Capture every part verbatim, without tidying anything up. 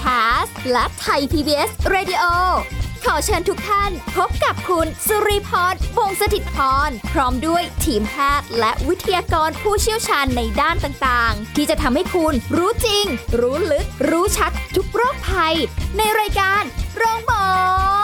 Podcast และ Thai พี บี เอส Radio ขอเชิญทุกท่านพบกับคุณสุริพร วงศ์สถิตพรพร้อมด้วยทีมแพทย์และวิทยากรผู้เชี่ยวชาญในด้านต่างๆที่จะทำให้คุณรู้จริงรู้ลึกรู้ชัดทุกโรคภัยในรายการโรงหมอ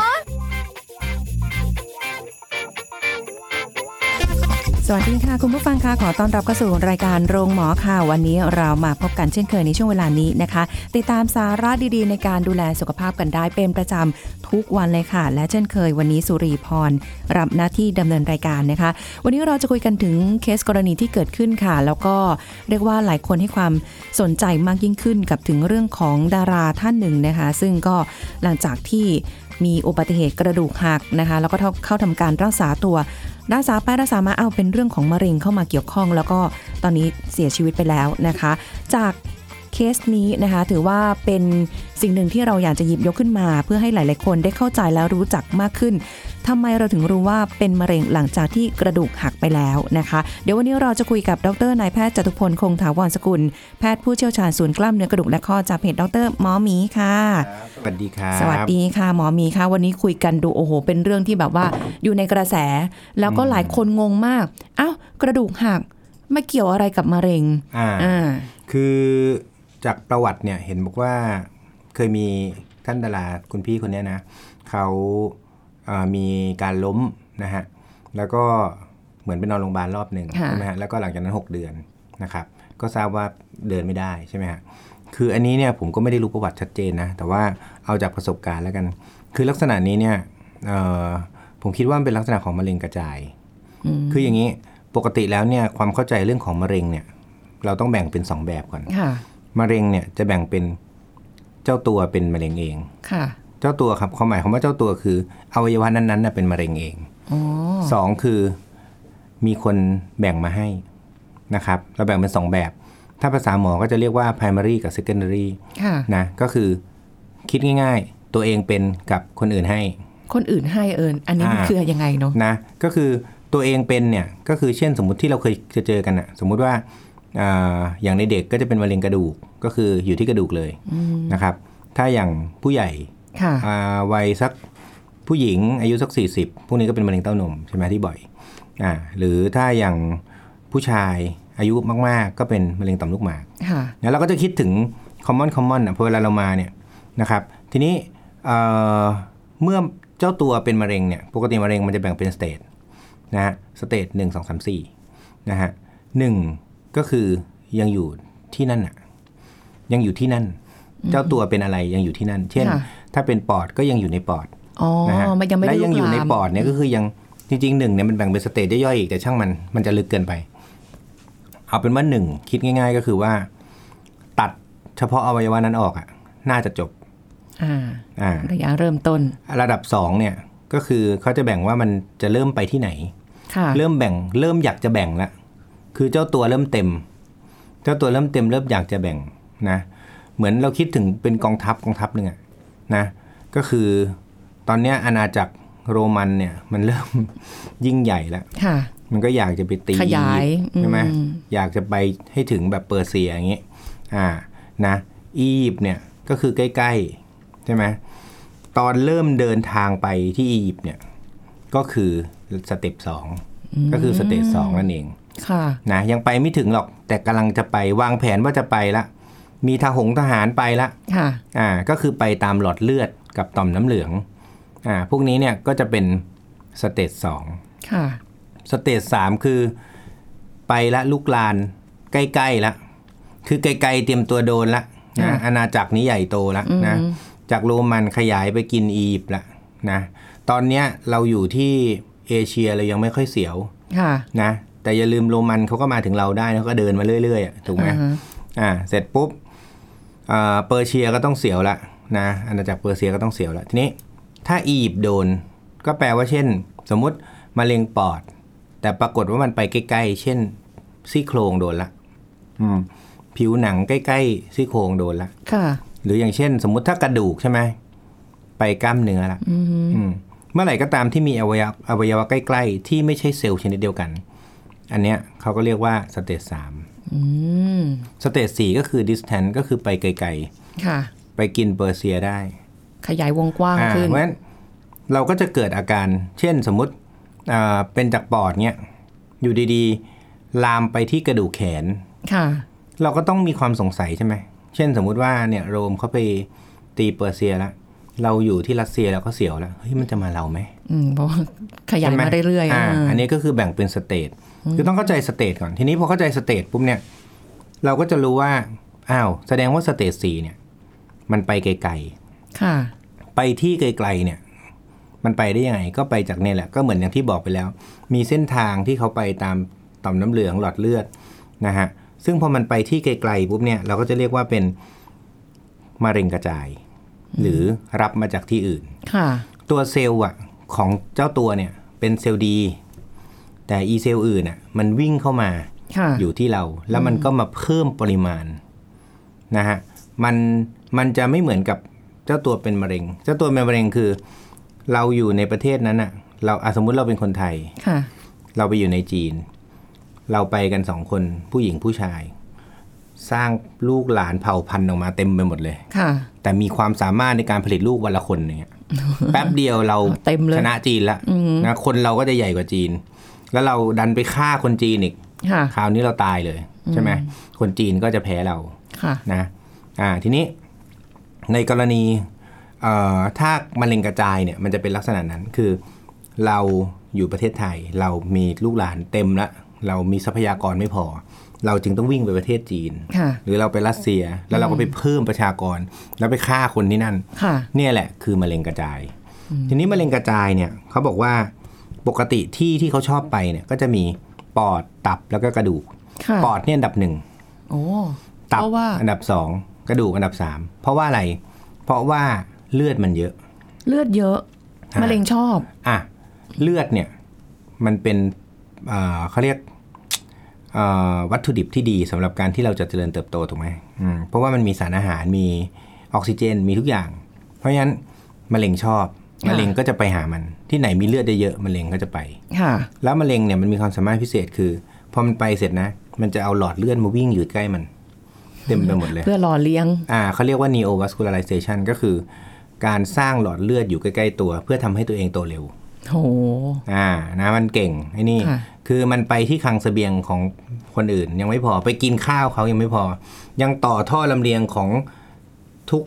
สวัสดีค่ะคุณผู้ฟังค่ะขอต้อนรับเข้าสู่รายการโรงหมอค่ะวันนี้เรามาพบกันเช่นเคยในช่วงเวลานี้นะคะติดตามสาระดีๆในการดูแลสุขภาพกันได้เป็นประจำทุกวันเลยค่ะและเช่นเคยวันนี้สุรีพรรับหน้าที่ดำเนินรายการนะคะวันนี้เราจะคุยกันถึงเคสกรณีที่เกิดขึ้นค่ะแล้วก็เรียกว่าหลายคนให้ความสนใจมากยิ่งขึ้นกับถึงเรื่องของดาราท่านหนึ่งนะคะซึ่งก็หลังจากที่มีอุบัติเหตุกระดูกหักนะคะแล้วก็เข้าทำการรักษาตัวรักษาไปรักษามาเอาเป็นเรื่องของมะเร็งเข้ามาเกี่ยวข้องแล้วก็ตอนนี้เสียชีวิตไปแล้วนะคะจากเคสนี้นะคะถือว่าเป็นสิ่งหนึ่งที่เราอยากจะหยิบยกขึ้นมาเพื่อให้หลายๆคนได้เข้าใจและรู้จักมากขึ้นทำไมเราถึงรู้ว่าเป็นมะเร็งหลังจากที่กระดูกหักไปแล้วนะคะเดี๋ยววันนี้เราจะคุยกับดรนายแพทย์จตุพลคงถาวรสกุลแพทย์ผู้เชี่ยวชาญศูนย์กล้ามเนื้อกระดูกและข้อจากเพจดรหมอหมีค่ะสวัสดีครับสวัสดีค่ะหมอหมีค่ะวันนี้คุยกันดูโอ้โหเป็นเรื่องที่แบบว่าอยู่ในกระแสแล้วก็หลายคนงงมากอ้าวกระดูกหักไม่เกี่ยวอะไรกับมะเร็งอ่าอ่าคือจากประวัติเนี่ยเห็นบอกว่าเคยมีท่านดาราคุณพี่คนนี้นะเขาเอ่อมีการล้มนะฮะแล้วก็เหมือนไปนอนโรงพยาบาลรอบหนึ่งใช่ไหมฮะแล้วก็หลังจากนั้นหกเดือนนะครับก็ทราบว่าเดินไม่ได้ใช่ไหมฮะคืออันนี้เนี่ยผมก็ไม่ได้รู้ประวัติชัดเจนนะแต่ว่าเอาจากประสบการณ์แล้วกันคือลักษณะนี้เนี่ยเอ่อผมคิดว่ามันเป็นลักษณะของมะเร็งกระจายคืออย่างนี้ปกติแล้วเนี่ยความเข้าใจเรื่องของมะเร็งเนี่ยเราต้องแบ่งเป็นสองแบบก่อนมะเร็งเนี่ยจะแบ่งเป็นเจ้าตัวเป็นมะเร็งเองค่ะเจ้าตัวครับความหมายของว่าเจ้าตัวคืออวัยวะนั้นๆน่ะเป็นมะเร็งเองสองคือมีคนแบ่งมาให้นะครับเราแบ่งเป็นสองแบบถ้าภาษาหมอก็จะเรียกว่า primary กับ secondary นะก็คือคิดง่ายๆตัวเองเป็นกับคนอื่นให้คนอื่นให้เอิญอันนี้มันคือยังไงเนาะนะก็คือตัวเองเป็นเนี่ยก็คือเช่นสมมุติที่เราเคยจะเจอกันนะสมมุติว่าอ่าอย่างในเด็กก็จะเป็นมะเร็งกระดูกก็คืออยู่ที่กระดูกเลยนะครับถ้าอย่างผู้ใหญ่วัยสักผู้หญิงอายุสักสี่สิบพวกนี้ก็เป็นมะเร็งเต้านมใช่ไหมที่บ่อยอ่าหรือถ้าอย่างผู้ชายอายุมากๆก็เป็นมะเร็งต่อมลูกหมากแล้วเราก็จะคิดถึง common common อ่ะพอเวลาเรามาเนี่ยนะครับทีนี้เอ่อเมื่อเจ้าตัวเป็นมะเร็งเนี่ยปกติมะเร็งมันจะแบ่งเป็นสเตจนะฮะสเตจหนึ่ง สอง สาม สี่นะฮะหนึ่งก็คือยังอยู่ที่นั่นน่ะยังอยู่ที่นั่นเจ้าตัวเป็นอะไรยังอยู่ที่นั่นเช่นถ้าเป็นปอดก็ยังอยู่ในปอดนะฮะและยังอยู่ในปอดเนี่ยก็คือยังจริงๆหนึ่งเนี่ยมันแบ่งเป็นสเตจย่อยๆอีกแต่ช่างมันมันจะลึกเกินไปเอาเป็นว่าหนึ่งคิดง่ายๆก็คือว่าตัดเฉพาะอวัยวะนั้นออกอ่ะน่าจะจบอ่าอ่าระยะเริ่มต้นระดับสองเนี่ยก็คือเขาจะแบ่งว่ามันจะเริ่มไปที่ไหนเริ่มแบ่งเริ่มอยากจะแบ่งละคือเจ้าตัวเริ่มเต็มเจ้าตัวเริ่มเต็มเริ่มอยากจะแบ่งนะเหมือนเราคิดถึงเป็นกองทัพกองทัพนึงอะนะก็คือตอนนี้อาณาจักรโรมันเนี่ยมันเริ่มยิ่งใหญ่แล้วมันก็อยากจะไปตีขยายใช่ไหมอยากจะไปให้ถึงแบบเปอร์เซียอย่างงี้อ่านะอียิปต์เนี่ยก็คือใกล้ๆใช่ไหมตอนเริ่มเดินทางไปที่อียิปต์เนี่ยก็คือสเต็ปสองก็คือสเตจสองนั่นเองนะยังไปไม่ถึงหรอกแต่กำลังจะไปวางแผนว่าจะไปละมีทหงทหารไปละอ่าก็คือไปตามหลอดเลือดกับต่อมน้ำเหลืองอ่าพวกนี้เนี่ยก็จะเป็นสเตจสองสเตจสามคือไปละลุกลานใกล้ๆละคือไกลๆเตรียมตัวโดนละนะอาณาจักรนี้ใหญ่โตละนะจากโรมันขยายไปกินอียิปต์ละนะตอนเนี้ยเราอยู่ที่เอเชียเรายังไม่ค่อยเสียวนะแต่อย่าลืมโรมันเขาก็มาถึงเราได้เขาก็เดินมาเรื่อยๆถูกไหม uh-huh. อ่าเสร็จปุ๊บอ่าเปอร์เซียก็ต้องเสียวละนะอาณาจักรเปอร์เซียก็ต้องเสียวละทีนี้ถ้าอียิปต์โดนก็แปลว่าเช่นสมมุติมะเร็งปอดแต่ปรากฏว่ามันไปใกล้ๆเช่นซี่โครงโดนละอืมผิวหนังใกล้ๆซี่โครงโดนละค่ะหรืออย่างเช่นสมมุติถ้ากระดูกใช่ไหมไปกล้ามเนื้อละอืมเมื่อไหร่ก็ตามที่มีอวัยวะอวัยวะใกล้ๆที่ไม่ใช่เซลล์ชนิดเดียวกันอันเนี้ยเขาก็เรียกว่าสเตจสามสเตจสี่ก็คือ distant ก็คือไปไกลๆไปกินเปอร์เซียได้ขยายวงกว้างขึ้นเพราะฉะนั้นเราก็จะเกิดอาการเช่นสมมุติเป็นจากปอดเนี้ยอยู่ดีๆลามไปที่กระดูกแขนค่ะเราก็ต้องมีความสงสัยใช่ไหมเช่นสมมุติว่าเนี่ยโรมเขาไปตีเปอร์เซียแล้วเราอยู่ที่รัสเซียเราก็เสียวแล้วเฮ้ยมันจะมาเราไหมอืมเพราะขยายมาเรื่อยๆอ่าอันนี้ก็คือแบ่งเป็นสเตจคือต้องเข้าใจสเตจก่อนทีนี้พอเข้าใจสเตจปุ๊บเนี่ยเราก็จะรู้ว่าอ้าวแสดงว่าสเตจสี่เนี่ยมันไปไกลๆค่ะไปที่ไกลๆเนี่ยมันไปได้ยังไงก็ไปจากเนี่ยแหละก็เหมือนอย่างที่บอกไปแล้วมีเส้นทางที่เขาไปตามต่อมน้ำเหลืองหลอดเลือดนะฮะซึ่งพอมันไปที่ไกลๆปุ๊บเนี่ยเราก็จะเรียกว่าเป็นมะเร็งกระจายหรือรับมาจากที่อื่นตัวเซลล์อ่ะของเจ้าตัวเนี่ยเป็นเซลล์ดีแต่อีเซลล์อื่นอ่ะมันวิ่งเข้ามาอยู่ที่เราแล้วมันก็มาเพิ่มปริมาณนะฮะมันมันจะไม่เหมือนกับเจ้าตัวเป็นมะเร็งเจ้าตัวเป็นมะเร็งคือเราอยู่ในประเทศนั้นอ่ะเราสมมุติเราเป็นคนไทยเราไปอยู่ในจีนเราไปกันสองคนผู้หญิงผู้ชายสร้างลูกหลานเผ่าพันธุ์ออกมาเต็มไปหมดเลยแต่มีความสามารถในการผลิตลูกวันละคนเนี่ยแป๊บเดียวเราชนะจีนละนะคนเราก็จะใหญ่กว่าจีนแล้วเราดันไปฆ่าคนจีนอีกคราวนี้เราตายเลยใช่ไหมคนจีนก็จะแพ้เรานะอ่าทีนี้ในกรณีถ้ามะเร็งกระจายเนี่ยมันจะเป็นลักษณะนั้นคือเราอยู่ประเทศไทยเรามีลูกหลานเต็มละเรามีทรัพยากรไม่พอเราจึงต้องวิ่งไปประเทศจีนหรือเราไปรัสเซียแล้วเราก็ไปเพิ่มประชากรแล้วไปฆ่าคนที่นั่นเนี่ยแหละคือมะเร็งกระจายทีนี้มะเร็งกระจายเนี่ยเขาบอกว่าปกติที่ที่เขาชอบไปเนี่ยก็จะมีปอดตับแล้วก็กระดูกปอดเนี่ยอันดับหนึ่งตับอันดับสองกระดูกอันดับสามเพราะว่าอะไรเพราะว่าเลือดมันเยอะเลือดเยอะมะเร็งชอบอ่ะเลือดเนี่ยมันเป็นเขาเรียกวัตถุดิบที่ดีสำหรับการที่เราจะเจริญเติบโตถูกไหมเพราะว่ามันมีสารอาหารมีออกซิเจนมีทุกอย่างเพราะฉะนั้นมะเร็งชอบมะเร็งก็จะไปหามันที่ไหนมีเลือดเยอะๆมะเร็งก็จะไปแล้วมะเร็งเนี่ยมันมีความสามารถพิเศษคือพอมันไปเสร็จนะมันจะเอาหลอดเลือดมาวิ่งอยู่ใกล้มันเต็มไปหมดเลยเพื่อหล่อเลี้ยงอ่าเขาเรียกว่า neovascularization ก็คือการสร้างหลอดเลือดอยู่ใกล้ๆตัวเพื่อทำให้ตัวเองโตเร็วโอ้อ่านะมันเก่งไอ้นี่คือมันไปที่คลังเสบียงของคนอื่นยังไม่พอไปกินข้าวเขายังไม่พอยังต่อท่อลำเลียงของทุก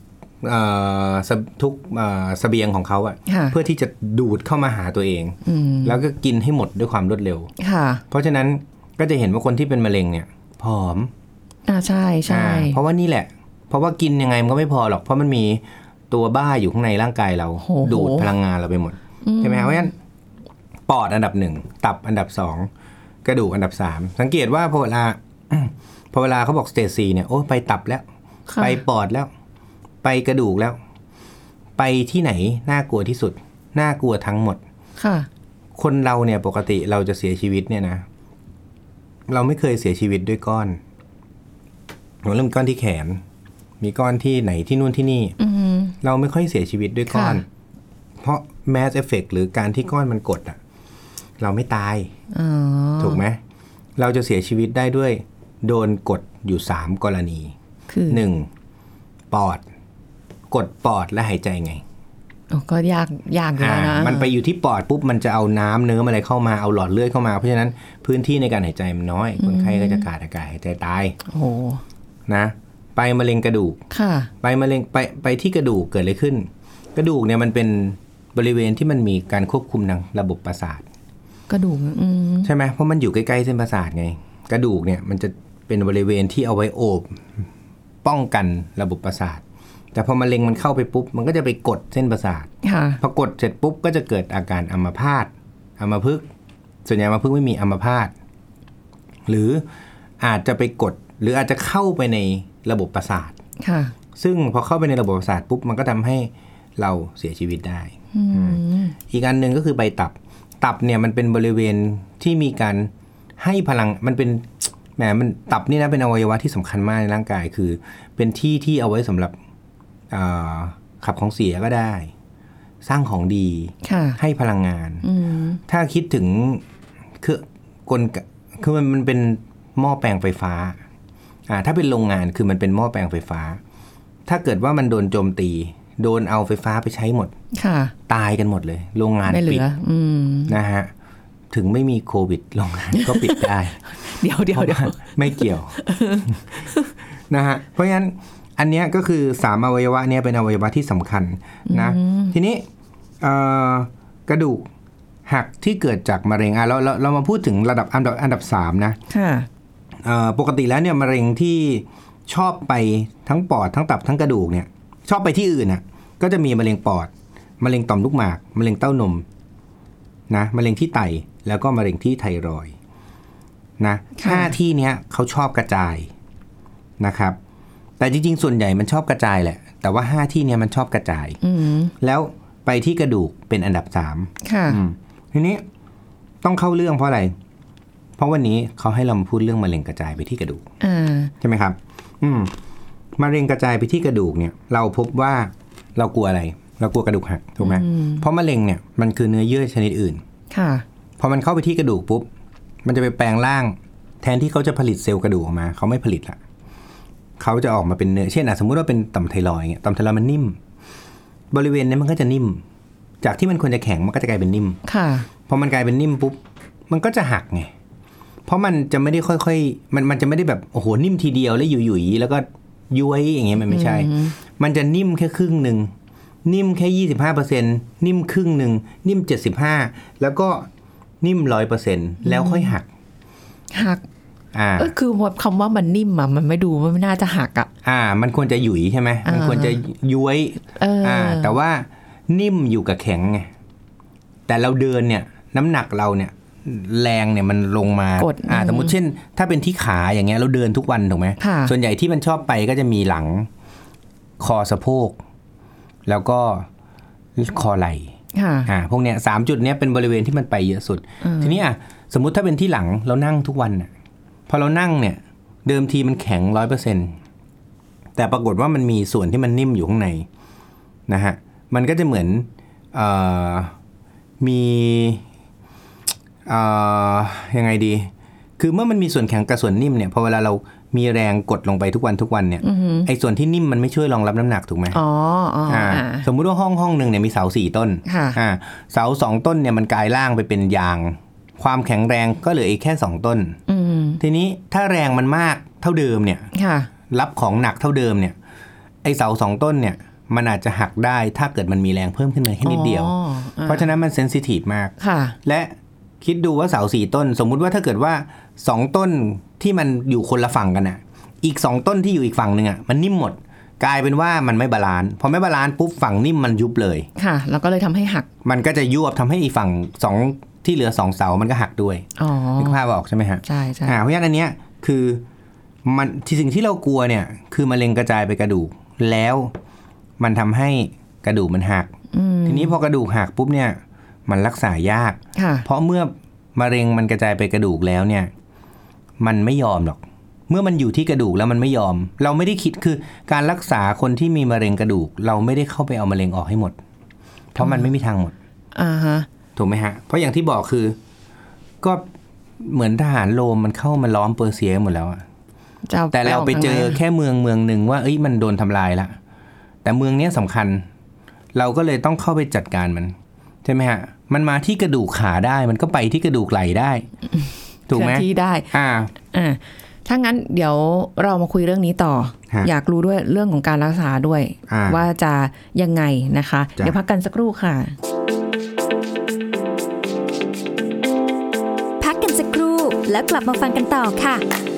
ทุกเสบียงของเขาอะเพื่อที่จะดูดเข้ามาหาตัวเองแล้วก็กินให้หมดด้วยความรวดเร็วเพราะฉะนั้นก็จะเห็นว่าคนที่เป็นมะเร็งเนี่ยผอมอ่าใช่ใช่เพราะว่านี่แหละเพราะว่ากินยังไงมันก็ไม่พอหรอกเพราะมันมีตัวบ้าอยู่ข้างในร่างกายเราดูดพลังงานเราไปหมดใช่ไหมเพราะฉะนั้นปอดอันดับหนึ่งตับอันดับสองกระดูกอันดับสามสังเกตว่าพอเวลาพอเวลาเขาบอกสเตจสี่เนี่ยโอ้ไปตับแล้วไปปอดแล้วไปกระดูกแล้วไปที่ไหนน่ากลัวที่สุดน่ากลัวทั้งหมดค่ะคนเราเนี่ยปกติเราจะเสียชีวิตเนี่ยนะเราไม่เคยเสียชีวิตด้วยก้อนเราเริ่มก้อนที่แขนมีก้อนที่ไหนที่นู่นที่นี่เราไม่ค่อยเสียชีวิตด้วยก้อนเพราะ mass effect หรือการที่ก้อนมันกดอ่ะเราไม่ตายถูกไหมเราจะเสียชีวิตได้ด้วยโดนกดอยู่สามกรณีคือหนึ่งปอดกดปอดและหายใจไงก็ยากยากอยู่นะมันไปอยู่ที่ปอดปุ๊บมันจะเอาน้ำเนื้ออะไรเข้ามาเอาหลอดเลือดเข้ามาเพราะฉะนั้นพื้นที่ในการหายใจมันน้อยคนไข้ก็จะขาดอากาศหายใจตายโอ้นะไปมะเร็งกระดูกค่ะไปมะเร็งไปไปที่กระดูกเกิดอะไรขึ้นกระดูกเนี่ยมันเป็นบริเวณที่มันมีการควบคุมทางระบบประสาทกระดูกใช่ไหมเพราะมันอยู่ใกล้ๆเส้นประสาทไงกระดูกเนี่ยมันจะเป็นบริเวณที่เอาไว้โอบป้องกันระบบประสาทแต่พอมะเร็งมันเข้าไปปุ๊บมันก็จะไปกดเส้นประสาทพอกดเสร็จปุ๊บก็จะเกิดอาการอัมพาตอัมพฤกษ์ส่วนใหญ่อัมพฤกษ์ไม่มีอัมพาตหรืออาจจะไปกดหรืออาจจะเข้าไปในระบบประสาทซึ่งพอเข้าไปในระบบประสาทปุ๊บมันก็ทำให้เราเสียชีวิตได้อีกอันหนึ่งก็คือใบตับตับเนี่ยมันเป็นบริเวณที่มีการให้พลังมันเป็นแหมมันตับนี่นะเป็นอวัยวะที่สำคัญมากในร่างกายคือเป็นที่ที่เอาไว้สำหรับขับของเสียก็ได้สร้างของดีให้พลังงานถ้าคิดถึงคือกลคือมันมันเป็นหม้อแปลงไฟฟ้าอ่าถ้าเป็นโรงงานคือมันเป็นหม้อแปลงไฟฟ้าถ้าเกิดว่ามันโดนโจมตีโดนเอาไฟฟ้าไปใช้หมดค่ะตายกันหมดเลยโรงงานปิดนะฮะถึงไม่มีโควิดโรงงานก็ปิดได้เดี๋ยวเดี๋ยวเดี๋ยวไม่เกี่ยว นะฮะเพราะฉะนั้นอันนี้ก็คือสามอวัยวะเนี่ยเป็นอวัยวะที่สำคัญนะทีนี้กระดูกหักที่เกิดจากมะเร็งอ่ะเราเราเรามาพูดถึงระดับอันดับอันดับสามนะปกติแล้วเนี่ยมะเร็งที่ชอบไปทั้งปอดทั้งตับทั้งกระดูกเนี่ยชอบไปที่อื่นน่ะก็จะมีมะเร็งปอดมะเร็งต่อมลูกหมากมะเร็งเต้านมนะมะเร็งที่ไตแล้วก็มะเร็งที่ไทรอยด์นะห้าที่เนี้ยเขาชอบกระจายนะครับแต่จริงๆส่วนใหญ่มันชอบกระจายแหละแต่ว่าห้าที่เนี้ยมันชอบกระจายแล้วไปที่กระดูกเป็นอันดับสามทีนี้ต้องเข้าเรื่องเพราะอะไรเพราะวันนี้เขาให้เรามาพูดเรื่องมะเร็งกระจายไปที่กระดูกใช่ไหมครับอืมมะเร็งกระจายไปที่กระดูกเนี่ยเราพบว่าเรากลัวอะไรเรากลัวกระดูกหักถูกไหมเพราะมะเร็งเนี่ยมันคือเนื้อเยื่อชนิดอื่นค่ะพอมันเข้าไปที่กระดูกปุ๊บมันจะไปแปลงร่างแทนที่เขาจะผลิตเซลล์กระดูกออกมาเขาไม่ผลิตละเขาจะออกมาเป็นเนื้อเช่นสมมุติว่าเป็นต่อมไทรอยด์เงี้ยต่อมไทรอยด์มันนิ่มบริเวณนี้มันก็จะนิ่มจากที่มันควรจะแข็งมันก็จะกลายเป็นนิ่มค่ะพอมันกลายเป็นนิ่มปุ๊บมันก็จะหักไงเพราะมันจะไม่ได้ค่อยๆมันมันจะไม่ได้แบบโอ้โหนิ่มทีเดียวแล้วหยุ่ยๆแล้วก็ย้วยอย่างเงี้ยมันไม่ใช่มันจะนิ่มแค่ครึ่งนึงนิ่มแค่ ยี่สิบห้าเปอร์เซ็นต์ นิ่มครึ่งนึงนิ่มเจ็ดสิบห้าแล้วก็นิ่ม ร้อยเปอร์เซ็นต์ แล้วค่อยหักหักอ่าก็คือคำว่ามันนิ่มอ่ะมันไม่ดูมันไม่น่าจะหักอ่ะอ่ามันควรจะหยุ่ยใช่ไหมมันควรจะย้วยอ่าแต่ว่านิ่มอยู่กับแข็งไงแต่เราเดินเนี่ยน้ำหนักเราเนี่ยแรงเนี่ยมันลงมาอ่าสมมติเช่นถ้าเป็นที่ขาอย่างเงี้ยเราเดินทุกวันถูกไหมส่วนใหญ่ที่มันชอบไปก็จะมีหลังคอสะโพกแล้วก็คอไหล่อ่าพวกเนี้ยสามจุดเนี้ยเป็นบริเวณที่มันไปเยอะสุดทีนี้อ่ะสมมุติถ้าเป็นที่หลังเรานั่งทุกวันน่ะพอเรานั่งเนี่ยเดิมทีมันแข็ง ร้อยเปอร์เซ็นต์ แต่ปรากฏว่ามันมีส่วนที่มันนิ่มอยู่ข้างในนะฮะมันก็จะเหมือนเอ่อมีเอ่อยังไงดีคือเมื่อมันมีส่วนแข็งกับส่วนนิ่มเนี่ยพอเวลาเรามีแรงกดลงไปทุกวันทุกวันเนี่ยไอ้ส่วนที่นิ่มมันไม่ช่วยรองรับน้ำหนักถูกไหมอ๋ออ่าสมมุติว่าห้องห้องนึงเนี่ยมีเสาสี่ต้นอ่าเสาสองต้นเนี่ยมันกลายร่างไปเป็นยางความแข็งแรงก็เหลืออีกแค่สองต้นทีนี้ถ้าแรงมันมากเท่าเดิมเนี่ยรับของหนักเท่าเดิมเนี่ยไอ้เสาสองต้นเนี่ยมันอาจจะหักได้ถ้าเกิดมันมีแรงเพิ่มขึ้นมาแค่นิดเดียวเพราะฉะนั้นมันเซนซิทีฟมากและคิดดูว่าเสาสี่ต้นสมมุติว่าถ้าเกิดว่าสองต้นที่มันอยู่คนละฝั่งกันน่ะอีกสองต้นที่อยู่อีกฝั่งนึงอ่ะมันนิ่มหมดกลายเป็นว่ามันไม่บาลานซ์พอไม่บาลานซ์ปุ๊บฝั่งนิ่มมันยุบเลยค่ะแล้วก็เลยทำให้หักมันก็จะยุบทำให้อีกฝั่งสองที่เหลือสองเสามันก็หักด้วยอ๋อนึกภาพออกใช่ไหมฮะใช่ใช่เพราะฉะนั้นอันเนี้ยคือมันที่สิ่งที่เรากลัวเนี่ยคือมะเร็งกระจายไปกระดูกแล้วมันทำให้กระดูกมันหักทีนี้พอกระดูกหักปุ๊บเนี่ยมันรักษายากเพราะเมื่อมะเร็งมันกระจายไปกระดูกแล้วเนี่ยมันไม่ยอมหรอกเมื่อมันอยู่ที่กระดูกแล้วมันไม่ยอมเราไม่ได้คิดคือการรักษาคนที่มีมะเร็งกระดูกเราไม่ได้เข้าไปเอามะเร็งออกให้หมดเพราะมันไม่มีทางหมดอ่าฮะถูกไหมฮะเพราะอย่างที่บอกคือก็เหมือนทหารโรมมันเข้ามาล้อมเปอร์เซียหมดแล้วอะแต่เราไปเจอแค่เมืองเมืองหนึ่งว่าเอ้ยมันโดนทำลายละแต่เมืองนี้สำคัญเราก็เลยต้องเข้าไปจัดการมันใช่ไหมฮะมันมาที่กระดูกขาได้มันก็ไปที่กระดูกไหล่ได้ถูกไหมที่ได้อ่าอ่าถ้างั้นเดี๋ยวเรามาคุยเรื่องนี้ต่ออยากรู้ด้วยเรื่องของการรักษาด้วยว่าจะยังไงนะคะเดี๋ยวพักกันสักครู่ค่ะพักกันสักครู่แล้วกลับมาฟังกันต่อค่ะ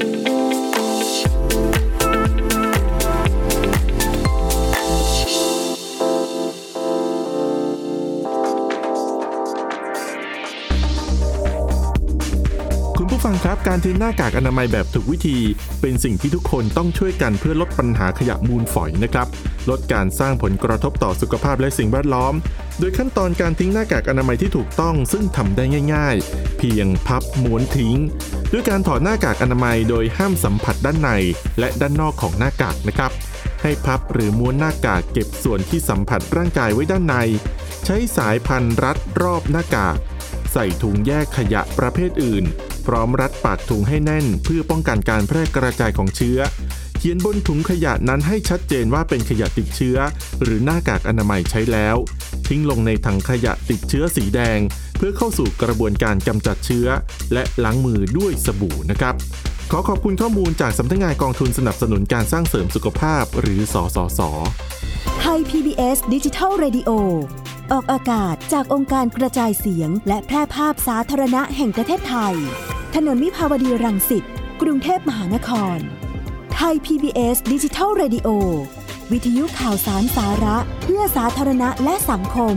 ฟังครับการทิ้งหน้ากากอนามัยแบบถูกวิธีเป็นสิ่งที่ทุกคนต้องช่วยกันเพื่อลดปัญหาขยะมูลฝอยนะครับลดการสร้างผลกระทบต่อสุขภาพและสิ่งแวดล้อมโดยขั้นตอนการทิ้งหน้ากากอนามัยที่ถูกต้องซึ่งทำได้ง่ายๆเพียงพับม้วนทิ้งด้วยการถอดหน้ากากอนามัยโดยห้ามสัมผัสด้านในและด้านนอกของหน้ากากนะครับให้พับหรือม้วนหน้ากากเก็บส่วนที่สัมผัสร่างกายไว้ด้านในใช้สายพันรัดรอบหน้ากากใส่ถุงแยกขยะประเภทอื่นพร้อมรัดปากถุงให้แน่นเพื่อป้องกันการแพร่กระจายของเชื้อขียนบนถุงขยะนั้นให้ชัดเจนว่าเป็นขยะติดเชื้อหรือหน้ากากอนามัยใช้แล้วทิ้งลงในถังขยะติดเชื้อสีแดงเพื่อเข้าสู่กระบวนการกำจัดเชื้อและล้างมือด้วยสบู่นะครับขอขอบคุณข้อมูลจากสำนักงานกองทุนสนับสนุนการสร้างเสริมสุขภาพหรือสสส. ไทย พี บี เอส Digital Radio ออกอากาศจากองค์การกระจายเสียงและแพร่ภาพสาธารณะแห่งประเทศไทยถนนวิภาวดีรังสิตกรุงเทพมหานครไทย พี บี เอส Digital Radio วิทยุข่าวสารสาระเพื่อสาธารณะและสังคม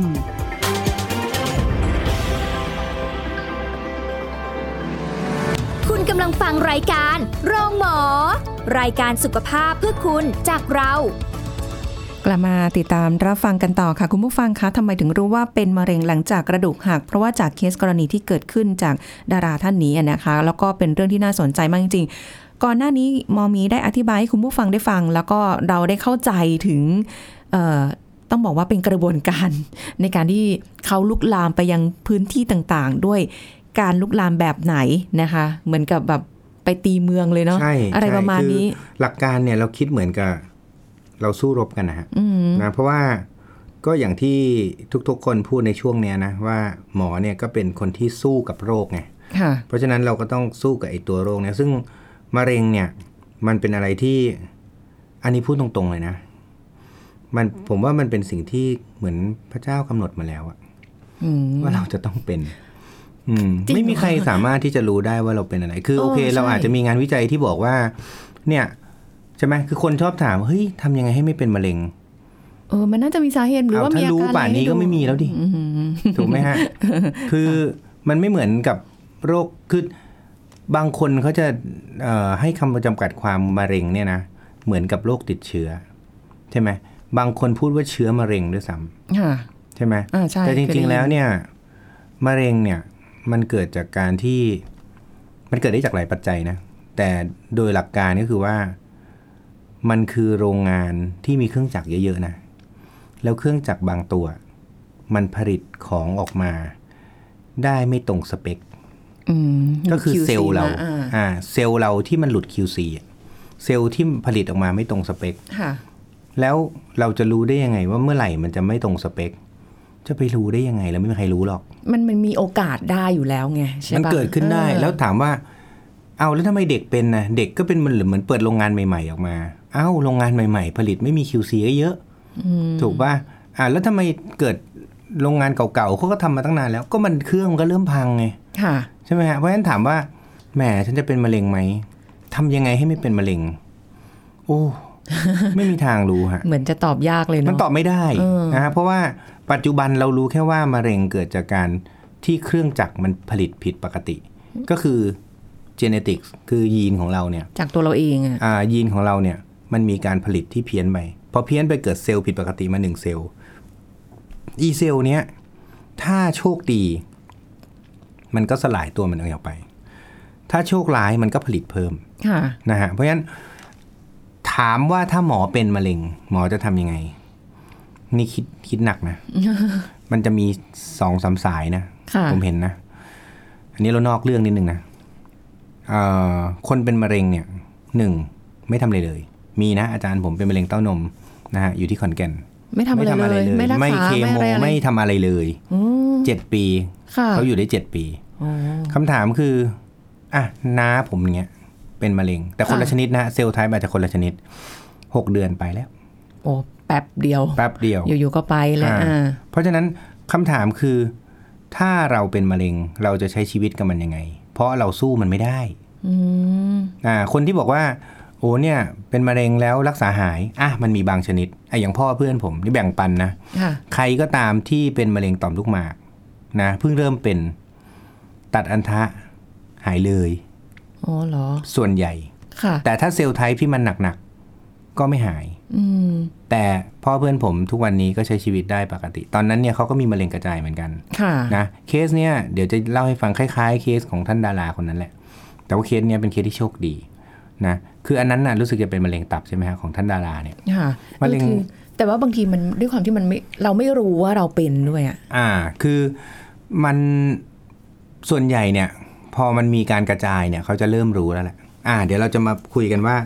คุณกำลังฟังรายการโรงหมอรายการสุขภาพเพื่อคุณจากเรากลับมาติดตามรับฟังกันต่อค่ะคุณผู้ฟังคะทำไมถึงรู้ว่าเป็นมะเร็งหลังจากกระดูกหักเพราะว่าจากเคสกรณีที่เกิดขึ้นจากดาราท่านนี้นะคะแล้วก็เป็นเรื่องที่น่าสนใจมากจริงๆก่อนหน้านี้หมอมีได้อธิบายให้คุณผู้ฟังได้ฟังแล้วก็เราได้เข้าใจถึงเอ่อต้องบอกว่าเป็นกระบวนการในการที่เขาลุกลามไปยังพื้นที่ต่างๆด้วยการลุกลามแบบไหนนะคะเหมือนกับแบบไปตีเมืองเลยเนาะ อะไรประมาณนี้หลักการเนี่ยเราคิดเหมือนกับเราสู้รบกันนะฮะนะเพราะว่าก็อย่างที่ทุกๆคนพูดในช่วงเนี้ยนะว่าหมอเนี่ยก็เป็นคนที่สู้กับโรคไงเพราะฉะนั้นเราก็ต้องสู้กับไอ้ตัวโรคเนี่ยซึ่งมะเร็งเนี่ยมันเป็นอะไรที่อันนี้พูดตรงๆเลยนะมันผมว่ามันเป็นสิ่งที่เหมือนพระเจ้ากำหนดมาแล้วอะว่าเราจะต้องเป็นไม่มีใครสามารถที่จะรู้ได้ว่าเราเป็นอะไรคือโอเคเราอาจจะมีงานวิจัยที่บอกว่าเนี่ยใช่ไหมคือคนชอบถามเฮ้ยทำยังไงให้ไม่เป็นมะเร็งเออมันน่าจะมีสาเหตุหรือว่ามีอาการอะไรถ้ารู้ป่านนี้ก็ไม่มีแล้วดิถูกไหมฮะคือมันไม่เหมือนกับโรคคือบางคนเขาจะให้คำจำกัดความมะเร็งเนี่ยนะเหมือนกับโรคติดเชื้อใช่ไหมบางคนพูดว่าเชื้อมะเร็งด้วยซ้ำใช่ไหมแต่จริงๆแล้วเนี่ยมะเร็งเนี่ยมันเกิดจากการที่มันเกิดได้จากหลายปัจจัยนะแต่โดยหลักการก็คือว่ามันคือโรงงานที่มีเครื่องจักรเยอะๆนะแล้วเครื่องจักรบางตัวมันผลิตของออกมาได้ไม่ตรงสเปคก็คือเซลล์เราอ่าเซลล์เราที่มันหลุด คิว ซี เซลล์ที่ผลิตออกมาไม่ตรงสเปคแล้วเราจะรู้ได้ยังไงว่าเมื่อไหร่มันจะไม่ตรงสเปคจะไปรู้ได้ยังไงแล้วไม่มีใครรู้หรอกมันมันมีโอกาสได้อยู่แล้วไงใช่ปะมันเกิดขึ้นได้แล้วถามว่าเอาแล้วทำไมเด็กเป็นนะเด็กก็เป็นมันเหมือนเปิดโรงงานใหม่ๆออกมาเอ้าโรงงานใหม่ๆผลิตไม่มี คิว ซี เยอะถูกป่ะอ่าแล้วทำไมเกิดโรงงานเก่าๆเขาก็ทำมาตั้งนานแล้วก็มันเครื่องมันก็เริ่มพังไงใช่ไหมฮะเพราะฉะนั้นถามว่าแหมฉันจะเป็นมะเร็งไหมทำยังไงให้ไม่เป็นมะเร็งโอ้ไม่มีทางรู้ฮะเหมือนจะตอบยากเลยเนาะมันตอบไม่ได้นะฮะเพราะว่าปัจจุบันเรารู้แค่ว่ามะเร็งเกิดจากการที่เครื่องจักรมันผลิตผิดปกติก็คือ genetics คือยีนของเราเนี่ยจากตัวเราเองอ่ะอ่ายีนของเราเนี่ยมันมีการผลิตที่เพี้ยนไปพอเพี้ยนไปเกิดเซลล์ผิดปกติมาหนึ่งเซลล์อีเซลล์เนี้ยถ้าโชคดีมันก็สลายตัวมันออกไปถ้าโชคร้ายมันก็ผลิตเพิ่มนะฮะเพราะฉะนั้นถามว่าถ้าหมอเป็นมะเร็งหมอจะทำยังไงนี่คิดคิดหนักนะ มันจะมีสองสามสายนะผมเห็นนะอันนี้เรานอกเรื่องนิดนึงนะคนเป็นมะเร็งเนี่ยหนึ่งไม่ทำอะไรเลยมีนะอาจารย์ผมเป็นมะเร็งเต้านมนะฮะอยู่ที่ขอนแก่นไม่ทำอะไรเลยไม่ไม่เคโมไม่ทำอะไรเลยเจ็ดปีเขาอยู่ได้เจ็ดปีคำถามคืออ่ะน้าผมเนี้ยเป็นมะเร็งแต่คนละชนิดนะเซลล์ไทป์อาจจะคนละชนิดหกเดือนไปแล้วโอ้แป๊บเดียวแป๊บเดียวอยู่ๆก็ไปเลยเพราะฉะนั้นคำถามคือถ้าเราเป็นมะเร็งเราจะใช้ชีวิตกับมันยังไงเพราะเราสู้มันไม่ได้อ่าคนที่บอกว่าโอ้เนี่ยเป็นมะเร็งแล้วรักษาหายอ่ะมันมีบางชนิดไอ้อย่างพ่อเพื่อนผมที่แบ่งปันนะใครก็ตามที่เป็นมะเร็งต่อมลูกหมากนะเพิ่งเริ่มเป็นตัดอัณฑะหายเลยอ๋อเหรอส่วนใหญ่แต่ถ้าเซลล์ไทป์ที่มันหนักๆก็ไม่หายแต่พ่อเพื่อนผมทุกวันนี้ก็ใช้ชีวิตได้ปกติตอนนั้นเนี่ยเขาก็มีมะเร็งกระจายเหมือนกันนะเคสเนี่ยเดี๋ยวจะเล่าให้ฟังคล้ายๆเคสของท่านดาราคนนั้นแหละแต่ว่าเคสเนี่ยเป็นเคสที่โชคดีนะคืออันนั้นน่ะรู้สึกจะเป็นมะเร็งตับใช่ไหมฮะของท่านดาราเนี่ยมะเร็งแต่ว่าบางทีมันด้วยความที่มันไม่เราไม่รู้ว่าเราเป็นด้วยอ่ะอ่าคือมันส่วนใหญ่เนี่ยพอมันมีการกระจายเนี่ยเขาจะเริ่มรู้แล้วแหละอ่าเดี๋ยวเราจะมาคุยกันว่า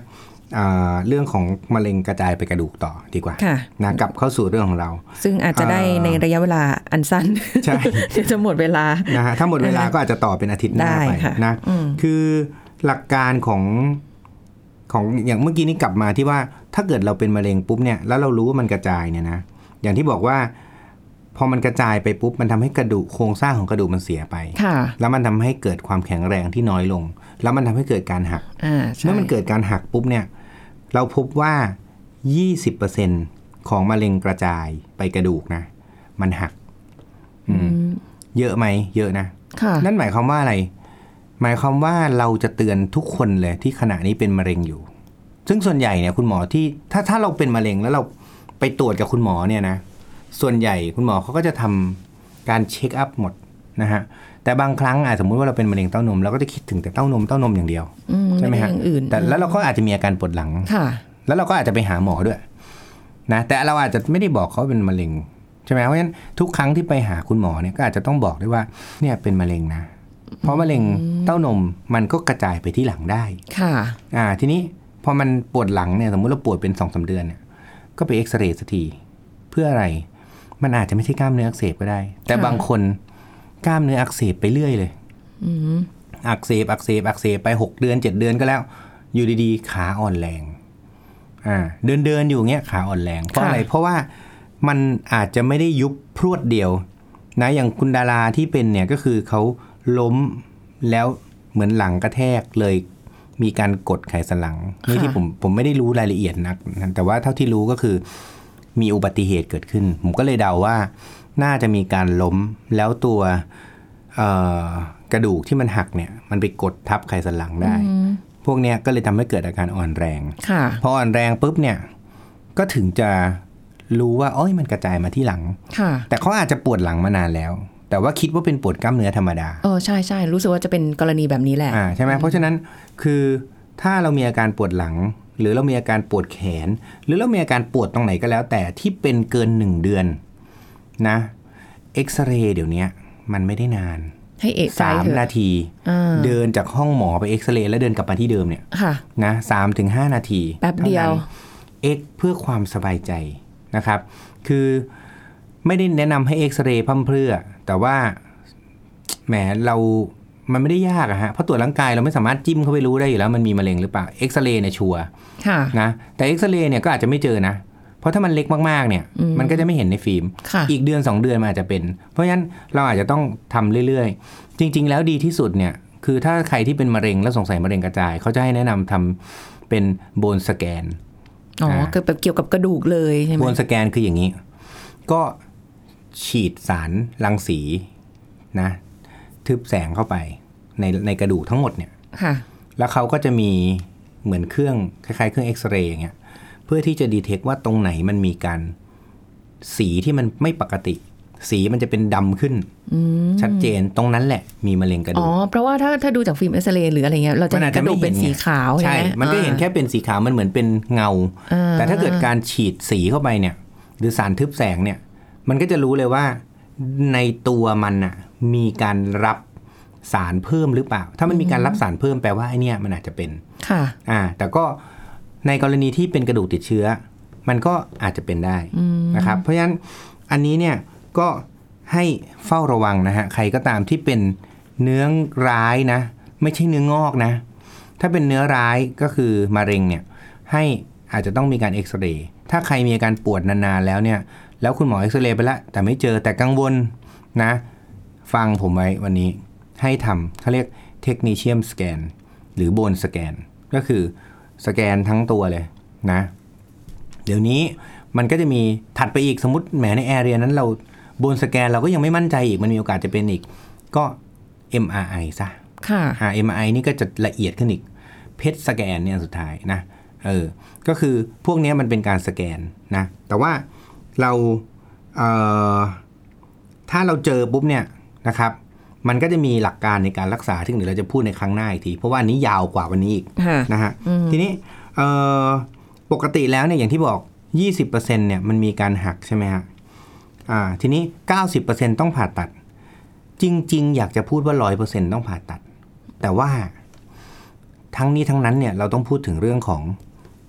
เรื่องของมะเร็งกระจายไปกระดูกต่อดีกว่านะกลับเข้าสู่เรื่องของเราซึ่งอาจจะได้ในระยะเวลาอันสั้นใช่เดี๋ยวจะหมดเวลานะฮะถ้าหมดเวลาก็อาจจะต่อเป็นอาทิตย์หน้าไปนะคือหลักการของของอย่างเมื่อกี้นี้กลับมาที่ว่าถ้าเกิดเราเป็นมะเร็งปุ๊บเนี่ยแล้วเรารู้ว่ามันกระจายเนี่ยนะอย่างที่บอกว่าพอมันกระจายไปปุ๊บมันทำให้กระดูกโครงสร้างของกระดูกมันเสียไปแล้วมันทำให้เกิดความแข็งแรงที่น้อยลงแล้วมันทำให้เกิดการหักเมื่อมันเกิดการหักปุ๊บเนี่ยเราพบว่า ยี่สิบเปอร์เซ็นต์ ของมะเร็งกระจายไปกระดูกนะมันหักเยอะไหมเยอะนะนั่นหมายความว่าอะไรหมายความว่าเราจะเตือนทุกคนเลยที่ขณะนี้เป็นมะเร็งอยู่ซึ่งส่วนใหญ่เนี่ยคุณหมอที่ถ้าถ้าเราเป็นมะเร็งแล้วเราไปตรวจกับคุณหมอเนี่ยนะส่วนใหญ่คุณหมอเขาก็จะทำการเช็คอัพหมดนะฮะแต่บางครั้งอาจสมมุติว่าเราเป็นมะเร็งเต้านมเราก็จะคิดถึงแต่เต้านมเต้านมอย่างเดียวใช่ไหมฮะแต่แล้วเราก็อาจจะมีอาการปวดหลังแล้วเราก็อาจจะไปหาหมอด้วยนะแต่เราอาจจะไม่ได้บอกเขาเป็นมะเร็งใช่ไหมเพราะฉะนั้นทุกครั้งที่ไปหาคุณหมอเนี่ยก็อาจจะต้องบอกด้วยว่าเนี่ยเป็นมะเร็งนะเพราะมะเร็งเต้านมมันก็กระจายไปที่หลังได้ค่ะอ่าทีนี้พอมันปวดหลังเนี่ยสมมุติเราปวดเป็น สองถึงสาม เดือนเนี่ยก็ไปเอ็กซเรย์สักทีเพื่ออะไรมันอาจจะไม่ใช่กล้ามเนื้ออักเสบก็ได้แต่บางคนกล้ามเนื้ออักเสบไปเรื่อยเลยอักเสบอักเสบอักเสบไปหกเดือนเจ็ดเดือนก็แล้วอยู่ดีๆขาอ่อนแรงอ่าเดินเดินอยู่เงี้ยขาอ่อนแรงเพราะอะไรเพราะว่ามันอาจจะไม่ได้ยุบพรวดเดียวนะอย่างคุณดาราที่เป็นเนี่ยก็คือเขาล้มแล้วเหมือนหลังกระแทกเลยมีการกดไขสันหลังนี่ที่ผมผมไม่ได้รู้รายละเอียดนักแต่ว่าเท่าที่รู้ก็คือมีอุบัติเหตุเกิดขึ้นผมก็เลยเดาว่าน่าจะมีการล้มแล้วตัวกระดูกที่มันหักเนี่ยมันไปกดทับไขสันหลังได้พวกเนี้ยก็เลยทำให้เกิดอาการอ่อนแรงพออ่อนแรงปุ๊บเนี่ยก็ถึงจะรู้ว่าอ้อยมันกระจายมาที่หลังแต่เขาอาจจะปวดหลังมานานแล้วแต่ว่าคิดว่าเป็นปวดกล้ามเนื้อธรรมดาเออใช่ใช่รู้สึกว่าจะเป็นกรณีแบบนี้แหละอ่าใช่ไหมเพราะฉะนั้นคือถ้าเรามีอาการปวดหลังหรือเรามีอาการปวดแขนหรือเรามีอาการปวดตรงไหนก็แล้วแต่ที่เป็นเกินหนึ่งเดือนนะเอ็กซเรย์เดี๋ยวนี้มันไม่ได้นานให้เอกใจสามนาทีเดินจากห้องหมอไปเอ็กซเรย์แล้วเดินกลับมาที่เดิมเนี่ยนะสามถึงห้านาทีแป๊บเดียวเอ็กเพื่อความสบายใจนะครับคือไม่ได้แนะนำให้เอ็กซเรย์พร่ำเพรื่อแต่ว่าแหมเรามันไม่ได้ยากอะฮะเพราะตรวจร่างกายเราไม่สามารถจิ้มเข้าไปรู้ได้อยู่แล้วมันมีมะเร็งหรือเปล่าเอ็กซเรย์เนี่ยชัวร์นะแต่เอ็กซเรย์เนี่ยก็อาจจะไม่เจอนะเพราะถ้ามันเล็กมากๆเนี่ยมันก็จะไม่เห็นในฟิล์มอีกเดือนสองเดือนมันอาจจะเป็นเพราะฉะนั้นเราอาจจะต้องทำเรื่อยๆจริงๆแล้วดีที่สุดเนี่ยคือถ้าใครที่เป็นมะเร็งแล้วสงสัยมะเร็งกระจายเขาจะให้แนะนำทำเป็นโบนสแกนอ๋อคือแบบเกี่ยวกับกระดูกเลยใช่ไหมโบนสแกนคืออย่างนี้ก็ฉีดสารรังสีนะทึบแสงเข้าไปในในกระดูกทั้งหมดเนี่ยแล้วเขาก็จะมีเหมือนเครื่องคล้ายๆเครื่องเอ็กซเรย์อย่างเงี้ยเพื่อที่จะดีเทคว่าตรงไหนมันมีการสีที่มันไม่ปกติสีมันจะเป็นดำขึ้นชัดเจนตรงนั้นแหละมีมะเร็งกระดูกอ๋อเพราะว่าถ้าถ้าดูจากฟิล์มเอ็กซเรย์หรืออะไรเงี้ยเราจะเห็นกระดูกเป็นสีขาวใช่มันก็เห็นแค่เป็นสีขาวมันเหมือนเป็นเงาแต่ถ้าเกิดการฉีดสีเข้าไปเนี่ยหรือสารทึบแสงเนี่ยมันก็จะรู้เลยว่าในตัวมันน่ะมีการรับสารเพิ่มหรือเปล่าถ้ามันมีการรับสารเพิ่มแปลว่าไอ้นี่มันอาจจะเป็นค่ะอ่าแต่ก็ในกรณีที่เป็นกระดูกติดเชื้อมันก็อาจจะเป็นได้นะครับเพราะฉะนั้นอันนี้เนี่ยก็ให้เฝ้าระวังนะฮะใครก็ตามที่เป็นเนื้อร้ายนะไม่ใช่เนื้องอกนะถ้าเป็นเนื้อร้ายก็คือมะเร็งเนี่ยให้อาจจะต้องมีการเอ็กซเรย์ถ้าใครมีอาการปวดนานๆแล้วเนี่ยแล้วคุณหมอเอ็กซเรย์ไปแล้วแต่ไม่เจอแต่กังวลนะฟังผมไว้วันนี้ให้ทำเขาเรียกเทคนิเชียมสแกนหรือโบนสแกนก็คือสแกนทั้งตัวเลยนะเดี๋ยวนี้มันก็จะมีถัดไปอีกสมมติแหมในแอเรียนั้นเราโบนสแกนเราก็ยังไม่มั่นใจอีกมันมีโอกาสจะเป็นอีกก็ เอ็ม อาร์ ไอ ซะค่ะอ่า เอ็ม อาร์ ไอ นี่ก็จะละเอียดขึ้นอีกเพชรสแกนเนี่ยสุดท้ายนะเออก็คือพวกนี้มันเป็นการสแกนนะแต่ว่าเราเอ่อถ้าเราเจอปุ๊บเนี่ยนะครับมันก็จะมีหลักการในการรักษาที่เดี๋ยวเราจะพูดในครั้งหน้าอีกทีเพราะว่าอันนี้ยาวกว่าวันนี้อีกนะฮะทีนี้เอ่อปกติแล้วเนี่ยอย่างที่บอก ยี่สิบเปอร์เซ็นต์ เนี่ยมันมีการหักใช่ไหมฮะอ่าทีนี้ เก้าสิบเปอร์เซ็นต์ ต้องผ่าตัดจริงๆอยากจะพูดว่า หนึ่งร้อยเปอร์เซ็นต์ ต้องผ่าตัดแต่ว่าทั้งนี้ทั้งนั้นเนี่ยเราต้องพูดถึงเรื่องของ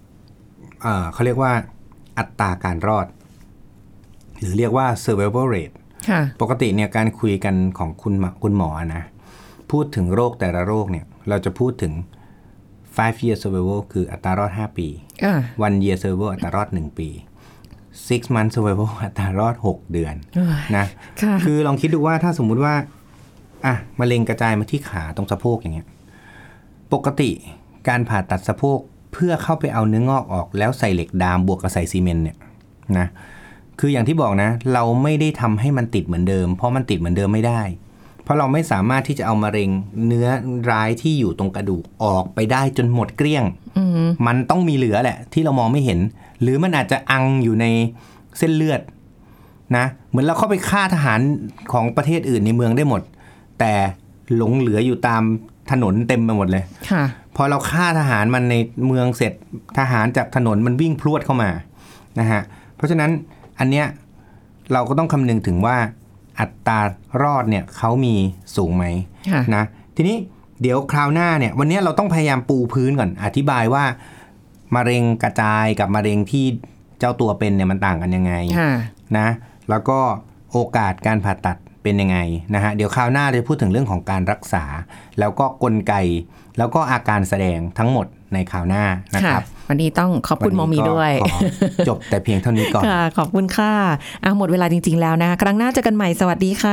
เอ่อเขาเรียกว่าอัตราการรอดหรือเรียกว่า survival rate ปกติเนี่ยการคุยกันของคุณคุณหมอนะพูดถึงโรคแต่ละโรคเนี่ยเราจะพูดถึง five year survival คืออัตรารอดห้าปี one year survival อัตรารอดหนึ่งปี six month survival อัตรารอดหกเดือนนะคือลองคิดดูว่าถ้าสมมุติว่าอ่ะมะเร็งกระจายมาที่ขาตรงสะโพกอย่างเงี้ยปกติการผ่าตัดสะโพกเพื่อเข้าไปเอาเนื้องอกออกแล้วใส่เหล็กดามบวกกับใส่ซีเมนต์เนี่ยนะคืออย่างที่บอกนะเราไม่ได้ทำให้มันติดเหมือนเดิมเพราะมันติดเหมือนเดิมไม่ได้เพราะเราไม่สามารถที่จะเอามะเร็งเนื้อร้ายที่อยู่ตรงกระดูกออกไปได้จนหมดเกลี้ยง mm-hmm. มันต้องมีเหลือแหละที่เรามองไม่เห็นหรือมันอาจจะอังอยู่ในเส้นเลือดนะเหมือนเราเข้าไปฆ่าทหารของประเทศอื่นในเมืองได้หมดแต่หลงเหลืออยู่ตามถนนเต็มไปหมดเลยพอเราฆ่าทหารมันในเมืองเสร็จทหารจากถนนมันวิ่งพรวดเข้ามานะฮะเพราะฉะนั้นอันเนี้ยเราก็ต้องคำนึงถึงว่าอัตรารอดเนี่ยเขามีสูงไหมนะทีนี้เดี๋ยวคราวหน้าเนี่ยวันนี้เราต้องพยายามปูพื้นก่อนอธิบายว่ามะเร็งกระจายกับมะเร็งที่เจ้าตัวเป็นเนี่ยมันต่างกันยังไงนะแล้วก็โอกาสการผ่าตัดเป็นยังไงนะฮะเดี๋ยวคราวหน้าจะพูดถึงเรื่องของการรักษาแล้วก็กลไกแล้วก็อาการแสดงทั้งหมดในคราวหน้านะครับวันนี้ต้องขอบคุณหมอมีด้วยจบแต่เพียงเท่านี้ก่อนค่ะขอบคุณค่ะเอาหมดเวลาจริงๆแล้วนะคะครั้งหน้าเจอกันใหม่สวัสดีค่ะ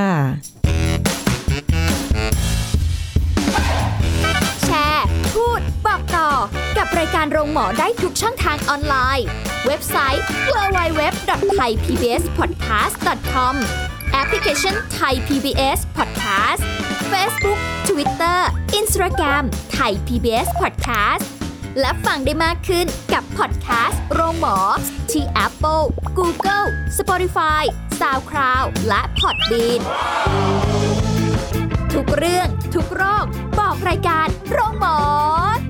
แชร์พูดบอกต่อกับรายการโรงหมอได้ทุกช่องทางออนไลน์เว็บไซต์ ดับเบิลยู ดับเบิลยู ดับเบิลยู ดอท ไทย พี บี เอส พอดแคสต์ ดอท คอม แอปพลิเคชัน Thai พี บี เอส Podcast Facebook Twitter Instagram Thai พี บี เอส Podcast และฟังได้มากขึ้นกับพอดแคสต์โรงหมอที่ Apple, Google, Spotify, SoundCloud และ Podbean ทุกเรื่องทุกโรคบอกรายการโรงหมอ